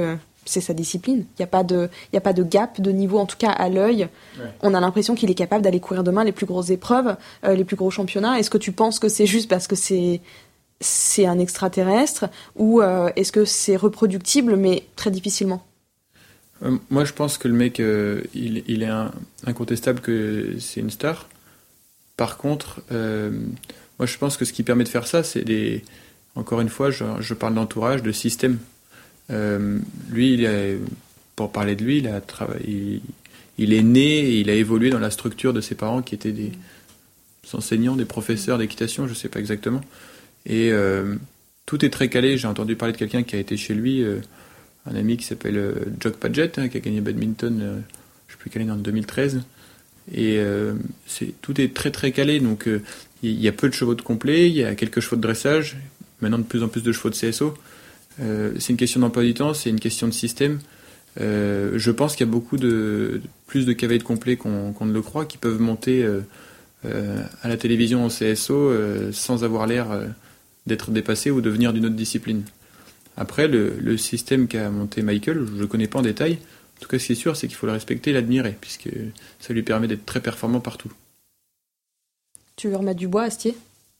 c'est sa discipline. Il y a pas de gap de niveau, en tout cas à l'œil. Ouais. On a l'impression qu'il est capable d'aller courir demain les plus grosses épreuves, les plus gros championnats. Est-ce que tu penses que c'est juste parce que c'est un extraterrestre, ou est-ce que c'est reproductible mais très difficilement? Moi, je pense que le mec, il est incontestable que c'est une star. Par contre, moi, je pense que ce qui permet de faire ça, c'est encore une fois, je parle d'entourage, de système. Lui, pour parler de lui, il est né et il a évolué dans la structure de ses parents qui étaient des enseignants, des professeurs d'équitation, je ne sais pas exactement. Et tout est très calé. J'ai entendu parler de quelqu'un qui a été chez lui, un ami qui s'appelle Jog Padgett, qui a gagné badminton, je ne sais plus quelle année, en 2013. Et tout est très très calé. Donc il y a peu de chevaux de complet, il y a quelques chevaux de dressage, maintenant de plus en plus de chevaux de CSO. C'est une question d'emploi du temps, c'est une question de système. Je pense qu'il y a plus de cavaliers de complet qu'on ne le croit, qui peuvent monter à la télévision en CSO sans avoir l'air d'être dépassés ou de venir d'une autre discipline. Après, le système qu'a monté Michael, je ne le connais pas en détail. En tout cas, ce qui est sûr, c'est qu'il faut le respecter et l'admirer, puisque ça lui permet d'être très performant partout. Tu veux remettre du bois, Astier?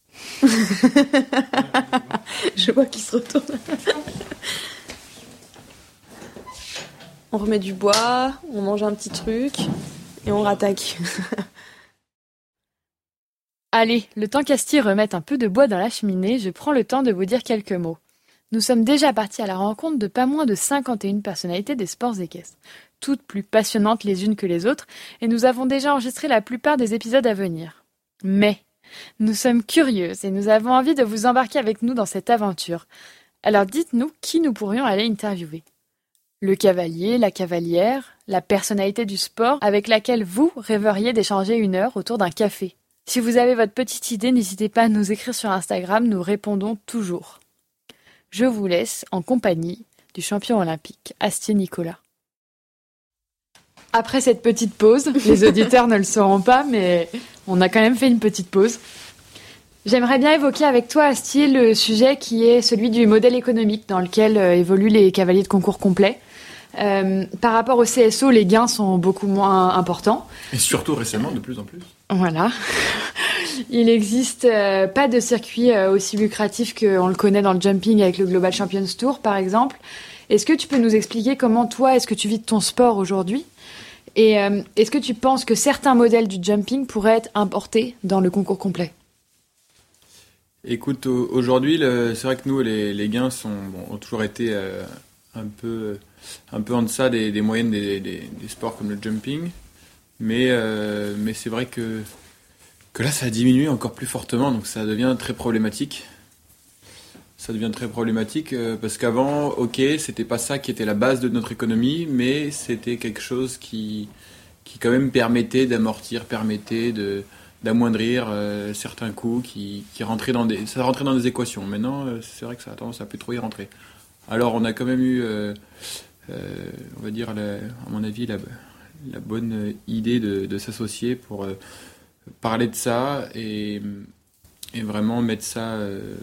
Je vois qu'il se retourne. On remet du bois, on mange un petit truc et on rattaque. Allez, le temps qu'Astier remette un peu de bois dans la cheminée, je prends le temps de vous dire quelques mots. Nous sommes déjà partis à la rencontre de pas moins de 51 personnalités des sports équestres, toutes plus passionnantes les unes que les autres, et nous avons déjà enregistré la plupart des épisodes à venir. Mais nous sommes curieuses et nous avons envie de vous embarquer avec nous dans cette aventure. Alors dites-nous qui nous pourrions aller interviewer. Le cavalier, la cavalière, la personnalité du sport avec laquelle vous rêveriez d'échanger 1 heure autour d'un café. Si vous avez votre petite idée, n'hésitez pas à nous écrire sur Instagram, nous répondons toujours. Je vous laisse en compagnie du champion olympique Astier Nicolas. Après cette petite pause, les auditeurs ne le sauront pas, mais on a quand même fait une petite pause. J'aimerais bien évoquer avec toi, Astier, le sujet qui est celui du modèle économique dans lequel évoluent les cavaliers de concours complets. Par rapport au CSO, les gains sont beaucoup moins importants. Et surtout récemment, de plus en plus. Voilà. Il n'existe pas de circuit aussi lucratif qu'on le connaît dans le jumping avec le Global Champions Tour, par exemple. Est-ce que tu peux nous expliquer comment toi, est-ce que tu vis de ton sport aujourd'hui ? Et est-ce que tu penses que certains modèles du jumping pourraient être importés dans le concours complet ? Écoute, aujourd'hui, c'est vrai que nous, les gains ont toujours été un peu en deçà des moyennes des sports comme le jumping. Mais c'est vrai que là, ça a diminué encore plus fortement, donc ça devient très problématique. Ça devient très problématique parce qu'avant, ok, c'était pas ça qui était la base de notre économie, mais c'était quelque chose qui quand même permettait d'amortir, d'amoindrir certains coûts qui rentraient ça rentrait dans des équations. Maintenant, c'est vrai que ça a tendance à plus trop y rentrer. Alors, on a quand même eu, on va dire, à mon avis, la bonne idée de s'associer pour parler de ça et vraiment mettre ça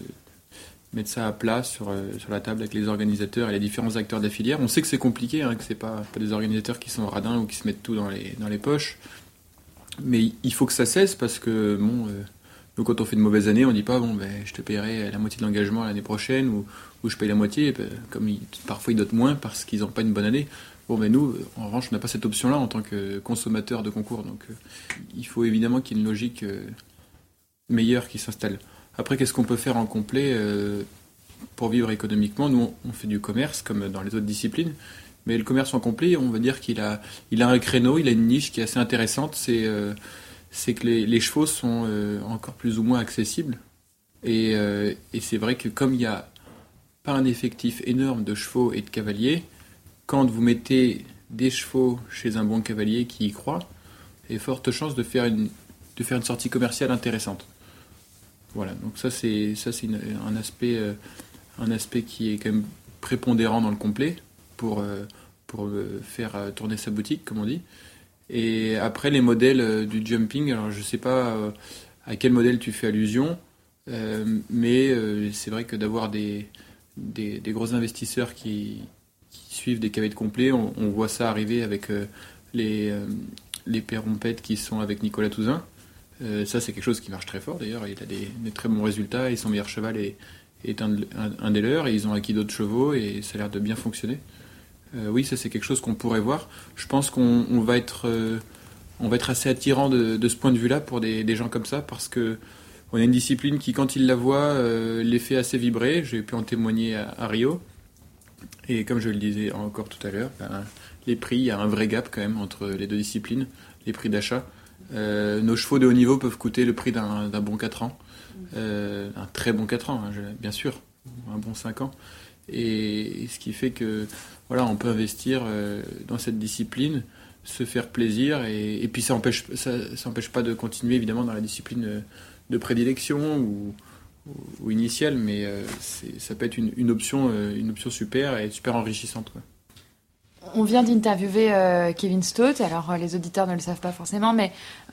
à plat sur la table avec les organisateurs et les différents acteurs de la filière. On sait que c'est compliqué, que c'est pas des organisateurs qui sont radins ou qui se mettent tout dans les poches, mais il faut que ça cesse parce que nous, quand on fait de mauvaises années, on dit pas je te paierai la moitié de l'engagement l'année prochaine ou je paye la moitié, comme parfois ils dotent moins parce qu'ils n'ont pas une bonne année. Nous, en revanche, on n'a pas cette option-là en tant que consommateur de concours. Donc, il faut évidemment qu'il y ait une logique meilleure qui s'installe. Après, qu'est-ce qu'on peut faire en complet pour vivre économiquement ? Nous, on fait du commerce, comme dans les autres disciplines. Mais le commerce en complet, on va dire qu'il a un créneau, il a une niche qui est assez intéressante. C'est que les chevaux sont encore plus ou moins accessibles. Et c'est vrai que comme il n'y a pas un effectif énorme de chevaux et de cavaliers, quand vous mettez des chevaux chez un bon cavalier qui y croit, il y a forte chance de faire une sortie commerciale intéressante. Voilà, donc ça c'est un aspect qui est quand même prépondérant dans le complet pour faire tourner sa boutique, comme on dit. Et après les modèles du jumping, alors je sais pas à quel modèle tu fais allusion, mais c'est vrai que d'avoir des gros investisseurs qui qui suivent des cavaliers de complet. On voit ça arriver avec les pérompettes qui sont avec Nicolas Touzin. Ça, c'est quelque chose qui marche très fort d'ailleurs. Il a des très bons résultats et son meilleur cheval est un des leurs. Et ils ont acquis d'autres chevaux et ça a l'air de bien fonctionner. Oui, ça c'est quelque chose qu'on pourrait voir. Je pense qu'on va être assez attirant de ce point de vue-là pour des gens comme ça, parce que on a une discipline qui, quand ils la voient, les fait assez vibrer. J'ai pu en témoigner à Rio. Et comme je le disais encore tout à l'heure, les prix, il y a un vrai gap quand même entre les deux disciplines, les prix d'achat. Nos chevaux de haut niveau peuvent coûter le prix d'un bon 4 ans. Un très bon 4 ans, hein, bien sûr, un bon 5 ans. Et ce qui fait que voilà, on peut investir dans cette discipline, se faire plaisir, et puis ça empêche pas de continuer évidemment dans la discipline de prédilection ou initiale, mais ça peut être une option super et super enrichissante, quoi. On vient d'interviewer Kevin Stott, alors les auditeurs ne le savent pas forcément, mais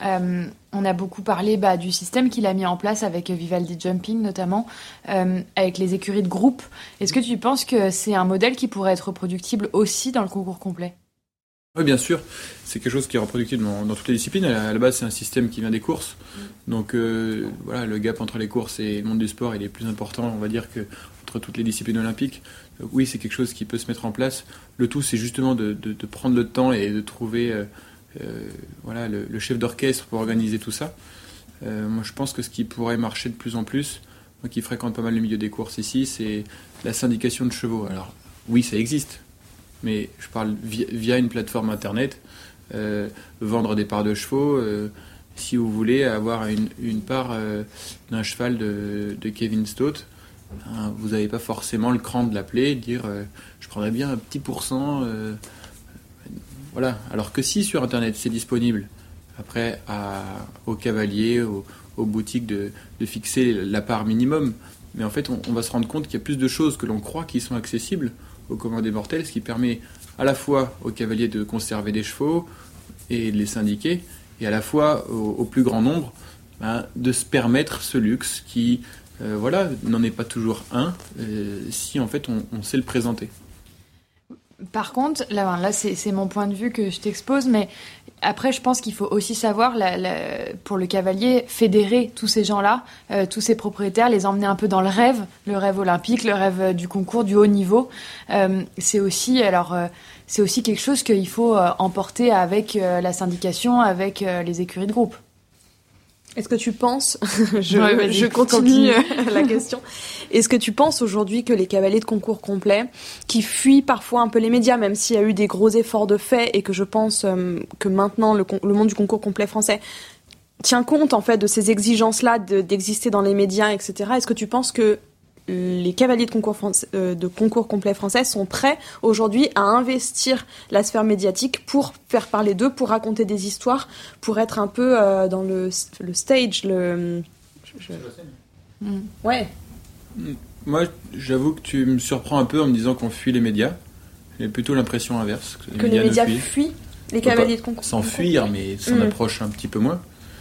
on a beaucoup parlé du système qu'il a mis en place avec Vivaldi Jumping notamment, avec les écuries de groupe. Est-ce que tu penses que c'est un modèle qui pourrait être reproductible aussi dans le concours complet ? Oui, bien sûr, c'est quelque chose qui est reproductible dans toutes les disciplines. À la base, c'est un système qui vient des courses. Donc voilà, le gap entre les courses et le monde du sport, il est plus important, on va dire, que entre toutes les disciplines olympiques. Donc, oui, c'est quelque chose qui peut se mettre en place. Le tout, c'est justement de prendre le temps et de trouver voilà, le chef d'orchestre pour organiser tout ça. Moi, je pense que ce qui pourrait marcher de plus en plus, moi qui fréquente pas mal le milieu des courses ici, c'est la syndication de chevaux. Alors oui, ça existe, mais je parle via une plateforme internet, vendre des parts de chevaux. Si vous voulez avoir une part d'un cheval de Kevin Stott, vous n'avez pas forcément le cran de l'appeler et de dire je prendrais bien un petit pourcent. Voilà. Alors que si sur internet c'est disponible, après aux cavaliers, aux boutiques de fixer la part minimum. Mais en fait, on va se rendre compte qu'il y a plus de choses que l'on croit qui sont accessibles au commun des mortels, ce qui permet à la fois aux cavaliers de conserver des chevaux et de les syndiquer, et à la fois au plus grand nombre de se permettre ce luxe qui voilà, n'en est pas toujours un, si en fait on sait le présenter. Par contre, là c'est mon point de vue que je t'expose, mais après je pense qu'il faut aussi savoir, pour le cavalier, fédérer tous ces gens-là, tous ces propriétaires, les emmener un peu dans le rêve olympique, le rêve du concours, du haut niveau. C'est aussi quelque chose qu'il faut emporter avec la syndication, avec les écuries de groupe. Est-ce que tu penses, je continue la question, est-ce que tu penses aujourd'hui que les cavaliers de concours complet, qui fuient parfois un peu les médias, même s'il y a eu des gros efforts de fait, et que je pense que maintenant le monde du concours complet français tient compte en fait de ces exigences-là d'exister dans les médias, etc. Est-ce que tu penses que les cavaliers de concours complet français sont prêts aujourd'hui à investir la sphère médiatique pour faire parler d'eux, pour raconter des histoires, pour être un peu dans le stage, Ouais. Moi, j'avoue que tu me surprends un peu en me disant qu'on fuit les médias. J'ai plutôt l'impression inverse. Que les médias fuient les cavaliers de concours. Sans fuir, mais s'en approche un petit peu moins.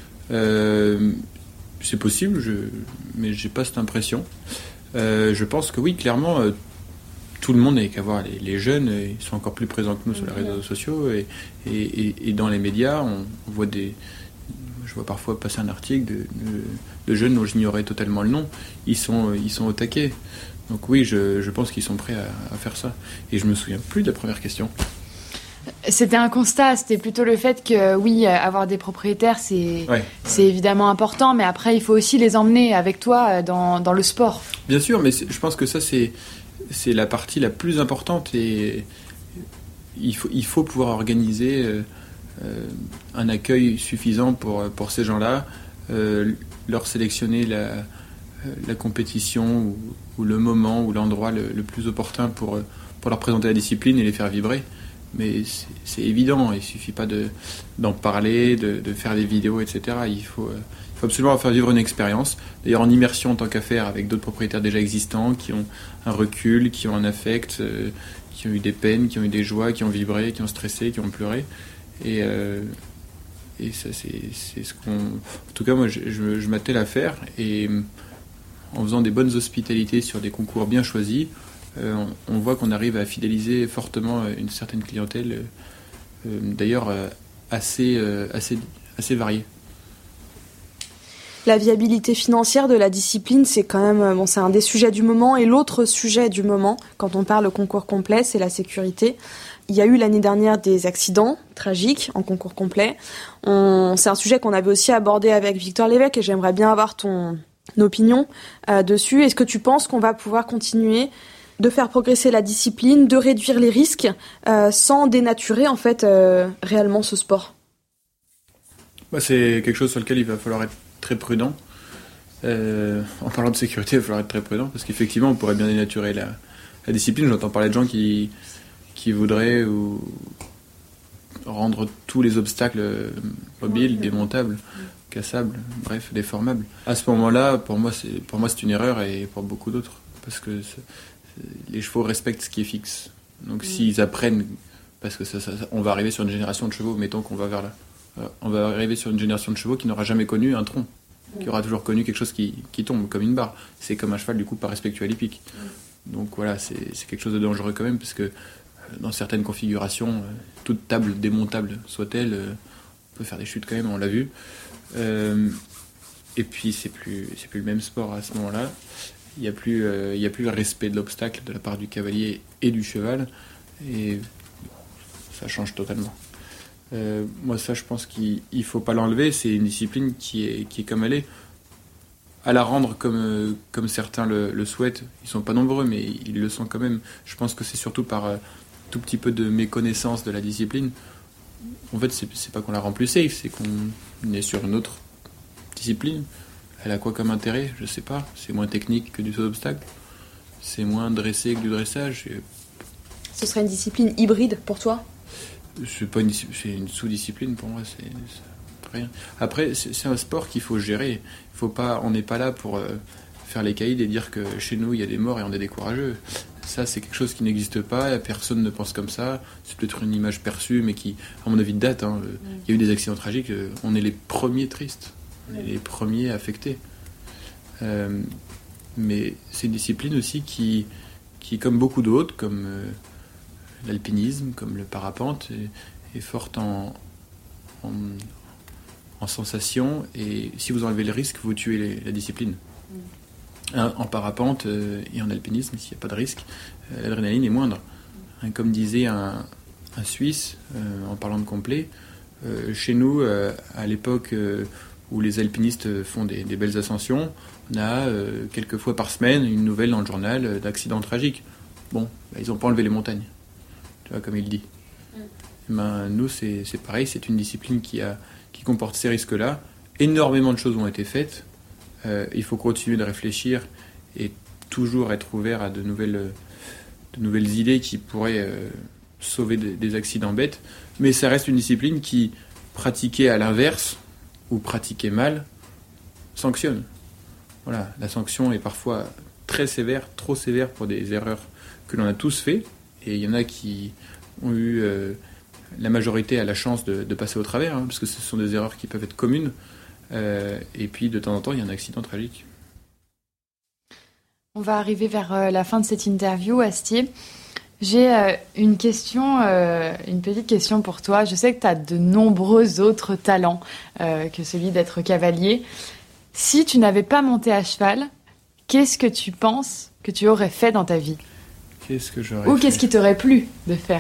C'est possible, mais j'ai pas cette impression. Je pense que oui, clairement, tout le monde n'a qu'à voir. Les jeunes, ils sont encore plus présents que nous sur les réseaux sociaux et dans les médias. On voit je vois parfois passer un article de jeunes dont j'ignorais totalement le nom. Ils sont au taquet. Donc oui, je pense qu'ils sont prêts à faire ça. Et je me souviens plus de la première question. C'était un constat, c'était plutôt le fait que oui, avoir des propriétaires, c'est évidemment important, mais après il faut aussi les emmener avec toi dans le sport. Bien sûr, mais je pense que ça c'est la partie la plus importante, et il faut pouvoir organiser un accueil suffisant pour ces gens-là, leur sélectionner la compétition ou le moment ou l'endroit le plus opportun pour leur présenter la discipline et les faire vibrer. Mais c'est évident, il ne suffit pas d'en parler, de faire des vidéos, etc. Il faut absolument faire vivre une expérience. D'ailleurs, en immersion en tant qu'affaire avec d'autres propriétaires déjà existants, qui ont un recul, qui ont un affect, qui ont eu des peines, qui ont eu des joies, qui ont vibré, qui ont stressé, qui ont pleuré. Et ça, c'est ce qu'on... En tout cas, moi, je m'attelle à faire. Et en faisant des bonnes hospitalités sur des concours bien choisis, on voit qu'on arrive à fidéliser fortement une certaine clientèle, d'ailleurs assez variée. La viabilité financière de la discipline, c'est quand même, c'est un des sujets du moment. Et l'autre sujet du moment, quand on parle concours complet, c'est la sécurité. Il y a eu l'année dernière des accidents tragiques en concours complet. C'est un sujet qu'on avait aussi abordé avec Victor Lévesque et j'aimerais bien avoir ton opinion dessus. Est-ce que tu penses qu'on va pouvoir continuer de faire progresser la discipline, de réduire les risques, sans dénaturer en fait réellement ce sport? C'est quelque chose sur lequel il va falloir être très prudent. En parlant de sécurité, il va falloir être très prudent parce qu'effectivement, on pourrait bien dénaturer la discipline. J'entends parler de gens qui voudraient rendre tous les obstacles mobiles, démontables, cassables, bref, déformables. À ce moment-là, pour moi, c'est une erreur et pour beaucoup d'autres parce que les chevaux respectent ce qui est fixe. Donc s'ils apprennent, parce que on va arriver sur une génération de chevaux, mettons qu'on va vers là. On va arriver sur une génération de chevaux qui n'aura jamais connu un tronc, qui aura toujours connu quelque chose qui tombe, comme une barre. C'est comme un cheval, du coup, pas respectueux à l'hippique. Donc voilà, c'est quelque chose de dangereux quand même, parce que dans certaines configurations, toute table démontable soit-elle, on peut faire des chutes quand même, on l'a vu. Et puis c'est plus le même sport à ce moment-là. Il n'y a plus le respect de l'obstacle de la part du cavalier et du cheval, et ça change totalement. Moi ça je pense qu'il faut pas l'enlever, c'est une discipline qui est comme elle est. À la rendre comme certains le souhaitent, ils sont pas nombreux mais ils le sont quand même. Je pense que c'est surtout par tout petit peu de méconnaissance de la discipline. En fait c'est pas qu'on la rend plus safe, c'est qu'on est sur une autre discipline. Elle a quoi comme intérêt? Je sais pas, c'est moins technique que du saut d'obstacle, c'est moins dressé que du dressage. Ce serait une discipline hybride pour toi? C'est une sous-discipline pour moi, c'est rien. Après, c'est un sport qu'il faut gérer. On n'est pas là pour faire les caïds et dire que chez nous il y a des morts et on est des courageux. Ça, c'est quelque chose qui n'existe pas. Personne ne pense comme ça. C'est peut-être une image perçue, mais qui, à mon avis, date. Il y a eu des accidents tragiques. On est les premiers tristes. On est les premiers affectés. Mais c'est une discipline aussi qui comme beaucoup d'autres, comme l'alpinisme, comme le parapente, est forte en sensation, et si vous enlevez le risque, vous tuez la discipline. En parapente et en alpinisme, s'il n'y a pas de risque, l'adrénaline est moindre. Comme disait un Suisse, en parlant de complet, chez nous, à l'époque où les alpinistes font des belles ascensions, on a quelques fois par semaine une nouvelle dans le journal d'accidents tragiques. Bon, ils n'ont pas enlevé les montagnes. Tu vois, comme il dit. Nous, c'est pareil, c'est une discipline qui comporte ces risques-là. Énormément de choses ont été faites. Il faut continuer de réfléchir et toujours être ouvert à de nouvelles idées qui pourraient sauver des accidents bêtes. Mais ça reste une discipline qui, pratiquée à l'inverse, ou pratiquée mal, sanctionne. Voilà, la sanction est parfois très sévère, trop sévère pour des erreurs que l'on a tous fait. Et il y en a qui ont eu, la majorité a la chance de passer au travers, parce que ce sont des erreurs qui peuvent être communes. Et puis de temps en temps, il y a un accident tragique. On va arriver vers la fin de cette interview, Astier. J'ai une petite question pour toi. Je sais que tu as de nombreux autres talents que celui d'être cavalier. Si tu n'avais pas monté à cheval, qu'est-ce que tu penses que tu aurais fait dans ta vie ? Qu'est-ce que j'aurais Ou fait ? qu'est-ce qui t'aurait plu de faire ?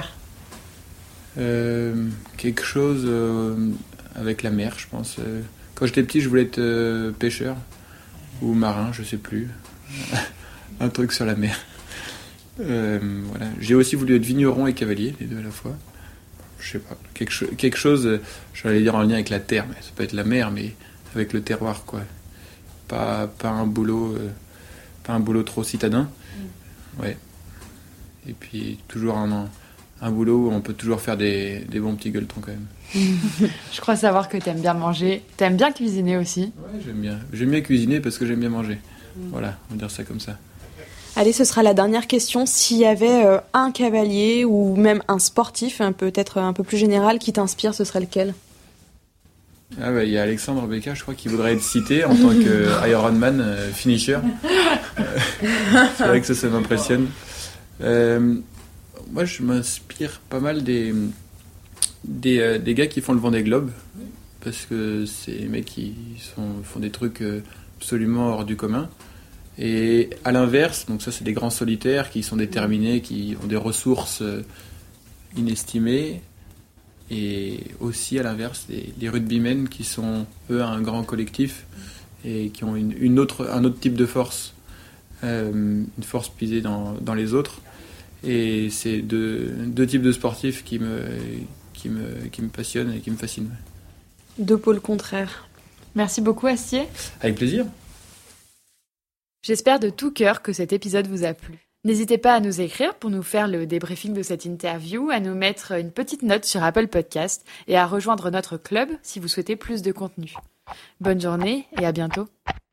Quelque chose avec la mer, je pense. Quand j'étais petit, je voulais être pêcheur ou marin, je sais plus. Un truc sur la mer. Voilà. J'ai aussi voulu être vigneron et cavalier, les deux à la fois. Je sais pas. Quelque chose, j'allais dire en lien avec la terre, mais ça peut être la mer, mais avec le terroir, quoi. Pas un boulot trop citadin. Ouais. Et puis toujours un boulot où on peut toujours faire des bons petits gueuletons quand même. Je crois savoir que t'aimes bien manger. T'aimes bien cuisiner aussi. Ouais, j'aime bien. J'aime bien cuisiner parce que j'aime bien manger. Voilà, on va dire ça comme ça. Allez, ce sera la dernière question. S'il y avait un cavalier ou même un sportif, peut-être un peu plus général, qui t'inspire, ce serait lequel ? Ah bah, il y a Alexandre Becca, je crois, qui voudrait être cité en tant que Ironman finisher. C'est vrai que ça m'impressionne. Moi, je m'inspire pas mal des gars qui font le Vendée Globe, parce que c'est des mecs qui font des trucs absolument hors du commun. Et à l'inverse, donc ça c'est des grands solitaires qui sont déterminés, qui ont des ressources inestimées. Et aussi à l'inverse, des rugbymen qui sont eux un grand collectif et qui ont un autre type de force, une force puisée dans les autres. Et c'est deux types de sportifs qui me passionnent et qui me fascinent. Deux pôles contraires. Merci beaucoup Astier. Avec plaisir. J'espère de tout cœur que cet épisode vous a plu. N'hésitez pas à nous écrire pour nous faire le débriefing de cette interview, à nous mettre une petite note sur Apple Podcast et à rejoindre notre club si vous souhaitez plus de contenu. Bonne journée et à bientôt.